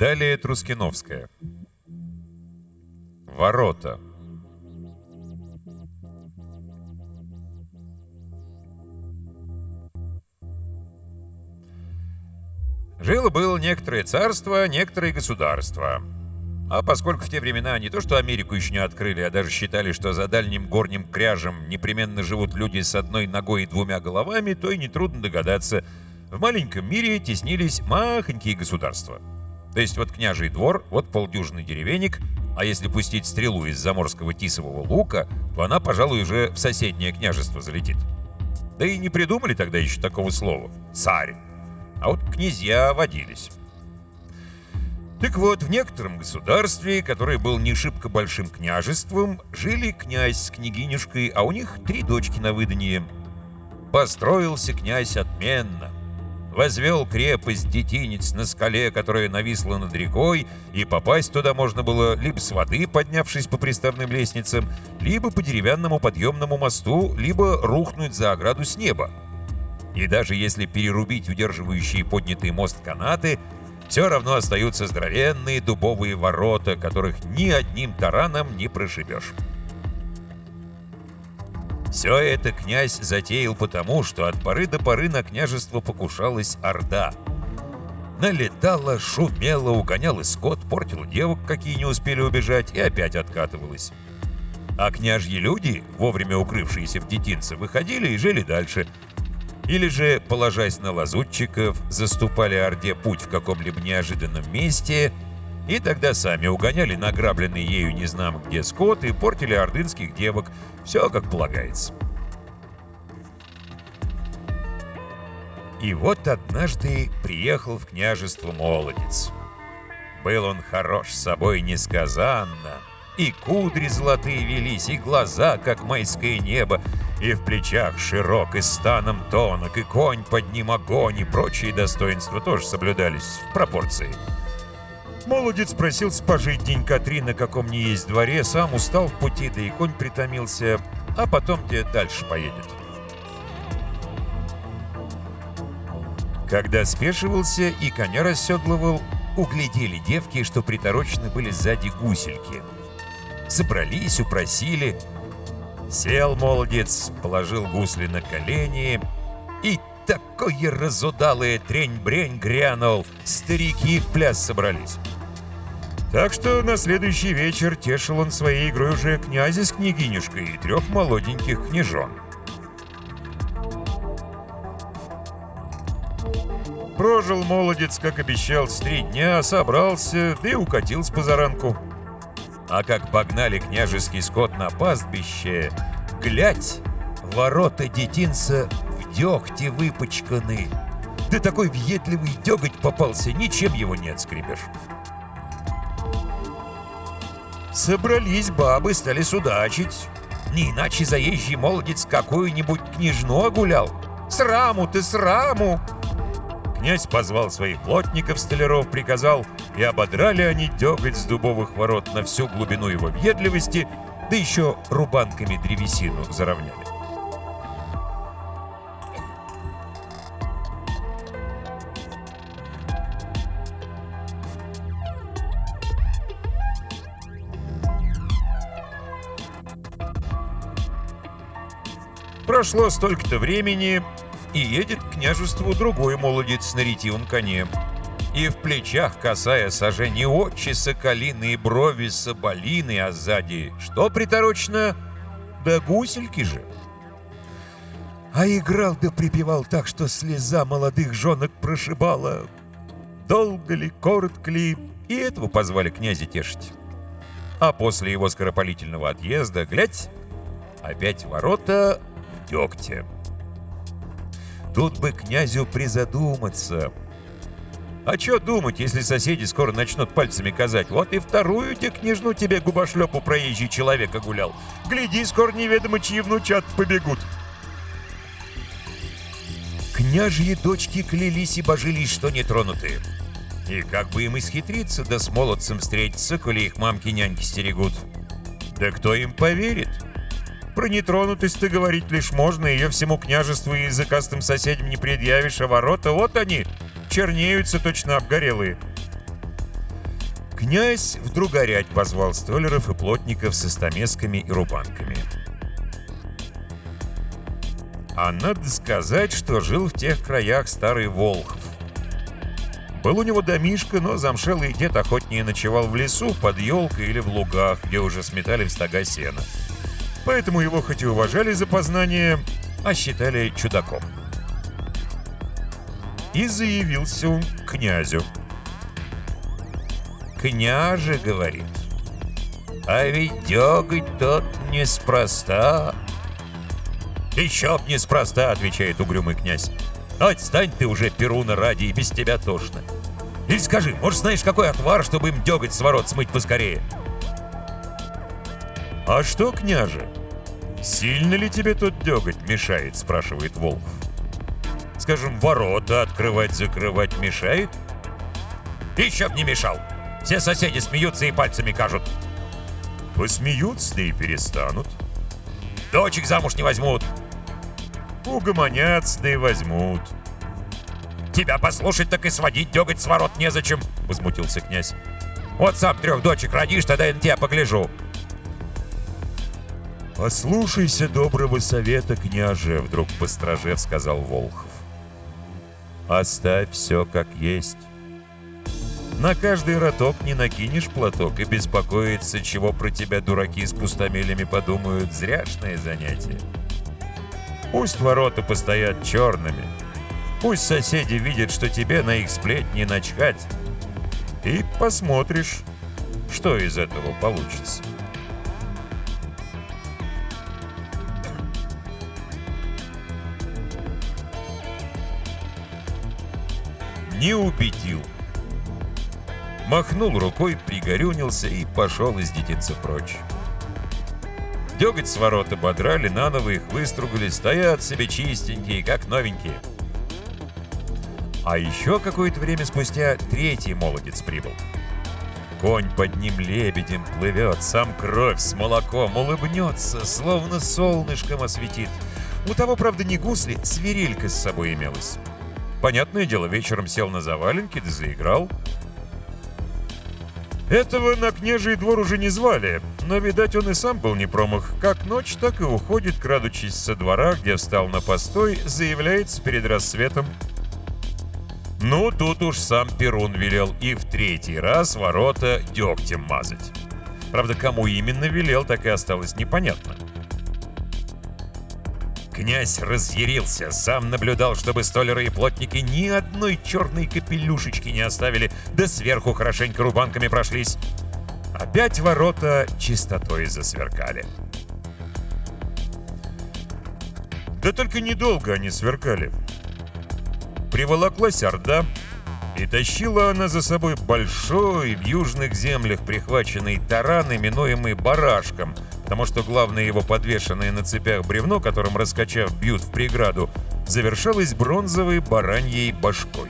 Далее Трускиновская. Ворота. Жило-было некоторое царство, некоторое государство. А поскольку в те времена не то что Америку еще не открыли, а даже считали, что за дальним горним кряжем непременно живут люди с одной ногой и двумя головами, то и нетрудно догадаться, в маленьком мире теснились махонькие государства. То есть вот княжий двор, вот полдюжины деревенек, а если пустить стрелу из заморского тисового лука, то она, пожалуй, уже в соседнее княжество залетит. Да и не придумали тогда еще такого слова «царь». А вот князья водились. Так вот, в некотором государстве, которое было не шибко большим княжеством, жили князь с княгинюшкой, а у них 3 дочки на выданье. Построился князь отменно. Возвел крепость детинец на скале, которая нависла над рекой, и попасть туда можно было либо с воды, поднявшись по приставным лестницам, либо по деревянному подъемному мосту, либо рухнуть за ограду с неба. И даже если перерубить удерживающие поднятый мост канаты, все равно остаются здоровенные дубовые ворота, которых ни одним тараном не прошибешь. Все это князь затеял потому, что от поры до поры на княжество покушалась орда. Налетала, шумела, угоняла скот, портила девок, какие не успели убежать, и опять откатывалась. А княжьи люди, вовремя укрывшиеся в детинце, выходили и жили дальше. Или же, положась на лазутчиков, заступали орде путь в каком-либо неожиданном месте, и тогда сами угоняли награбленный ею незнамо где скот и портили ордынских девок. Все как полагается. И вот однажды приехал в княжество молодец. Был он хорош собой несказанно. И кудри золотые велись, и глаза, как майское небо, и в плечах широк, и станом тонок, и конь под ним огонь, и прочие достоинства тоже соблюдались в пропорции. Молодец просился пожить денька 3 на каком ни есть дворе, сам устал в пути, да и конь притомился, а потом где дальше поедет. Когда спешивался и коня расседлывал, углядели девки, что приторочены были сзади гусельки. Собрались, упросили. Сел молодец, положил гусли на колени, и такое разудалое трень-брень грянул. Старики в пляс собрались. Так что на следующий вечер тешил он своей игрой уже князя с княгинюшкой и 3 молоденьких княжон. Прожил молодец, как обещал, с 3 дня, собрался, да и укатил с позаранку. А как погнали княжеский скот на пастбище, глядь, ворота детинца в дегте выпачканы. Да такой въедливый деготь попался, ничем его не отскребешь. Собрались бабы, стали судачить. Не иначе заезжий молодец какую-нибудь княжну огулял. Сраму ты, сраму! Князь позвал своих плотников, столяров, приказал, и ободрали они деготь с дубовых ворот на всю глубину его въедливости, да еще рубанками древесину заровняли. Прошло столько-то времени, и едет к княжеству другой молодец на ретивом коне. И в плечах косая сажени очи соколиные, брови соболины, а сзади что приторочено? Да гусельки же. А играл да припевал так, что слеза молодых жонок прошибала. Долго ли, коротко ли, и этого позвали князя тешить. А после его скоропалительного отъезда, глядь, опять ворота в дегте. Тут бы князю призадуматься. А чё думать, если соседи скоро начнут пальцами казать? Вот и вторую-те княжну тебе губошлёпу проезжий человек огулял. Гляди, скоро неведомо чьи внучат побегут. Княжьи дочки клялись и божились, что не тронутые. И как бы им исхитриться, да с молодцем встретиться, коли их мамки-няньки стерегут? Да кто им поверит? Про нетронутость-то говорить лишь можно, ее всему княжеству и языкастым соседям не предъявишь, а ворота, вот они, чернеются точно обгорелые. Князь вдруг орять позвал столяров и плотников со стамесками и рубанками. А надо сказать, что жил в тех краях старый Волхв. Был у него домишко, но замшелый дед охотнее ночевал в лесу, под елкой или в лугах, где уже сметали в стога сена. Поэтому его хоть и уважали за познание, а считали чудаком. И заявился он к князю. «Княже, — говорит, — а ведь дёготь тот неспроста». «Еще б неспроста, — отвечает угрюмый князь. Отстань ты уже, Перуна ради, и без тебя тошно. Или скажи, может, знаешь, какой отвар, чтобы им дёготь с ворот смыть поскорее?» «А что, княже, сильно ли тебе тот дёготь мешает?» — спрашивает Волхв. «Скажем, ворота открывать-закрывать мешает?» «Еще б не мешал! Все соседи смеются и пальцами кажут». «Посмеются, да и перестанут. Дочек замуж не возьмут». «Угомонятся, да и возьмут». «Тебя послушать, так и сводить дёготь с ворот незачем», — возмутился князь. «Вот сам 3 дочек родишь, тогда я на тебя погляжу». «Послушайся доброго совета, княже», — вдруг построже сказал Волхв. «Оставь все как есть. На каждый роток не накинешь платок, и беспокоиться, чего про тебя дураки с пустомелями подумают, зряшное занятие. Пусть ворота постоят черными, пусть соседи видят, что тебе на их сплетни начхать, и посмотришь, что из этого получится». Не убедил. Махнул рукой, пригорюнился и пошел из детинца прочь. Дёготь с ворот ободрали, наново их выстругали, стоят себе чистенькие, как новенькие. А еще какое-то время спустя 3-й молодец прибыл. Конь под ним лебедем плывет, сам кровь с молоком, улыбнется, словно солнышком осветит. У того, правда, не гусли, свирелька с собой имелась. Понятное дело, вечером сел на заваленке да заиграл. Этого на княжий двор уже не звали, но, видать, он и сам был не промах. Как ночь, так и уходит, крадучись со двора, где встал на постой, заявляется перед рассветом. Ну, тут уж сам Перун велел и в 3-й раз ворота дегтем мазать. Правда, кому именно велел, так и осталось непонятно. Князь разъярился, сам наблюдал, чтобы столяры и плотники ни одной черной капелюшечки не оставили, да сверху хорошенько рубанками прошлись. Опять ворота чистотой засверкали. Да только недолго они сверкали. Приволоклась орда, и тащила она за собой большой, в южных землях прихваченный таран, именуемый барашком, потому что главное его подвешенное на цепях бревно, которым, раскачав, бьют в преграду, завершалось бронзовой бараньей башкой.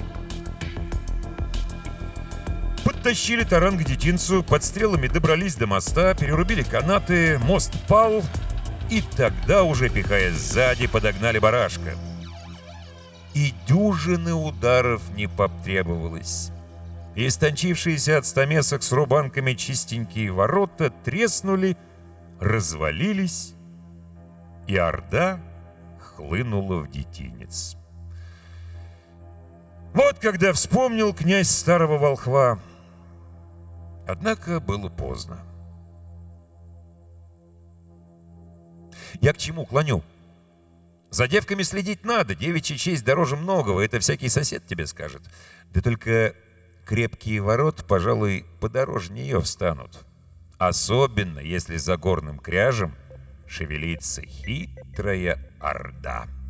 Подтащили таран к детинцу, под стрелами добрались до моста, перерубили канаты, мост пал, и тогда уже, пихая сзади, подогнали барашка. И дюжины ударов не потребовалось. Истончившиеся от стамесок с рубанками чистенькие ворота треснули, развалились, и орда хлынула в детинец. Вот когда вспомнил князь старого волхва. Однако было поздно. Я к чему клоню? За девками следить надо, девичья честь дороже многого, это всякий сосед тебе скажет. Да только крепкие ворот, пожалуй, подороже нее встанут. Особенно, если за горным кряжем шевелится хитрая орда.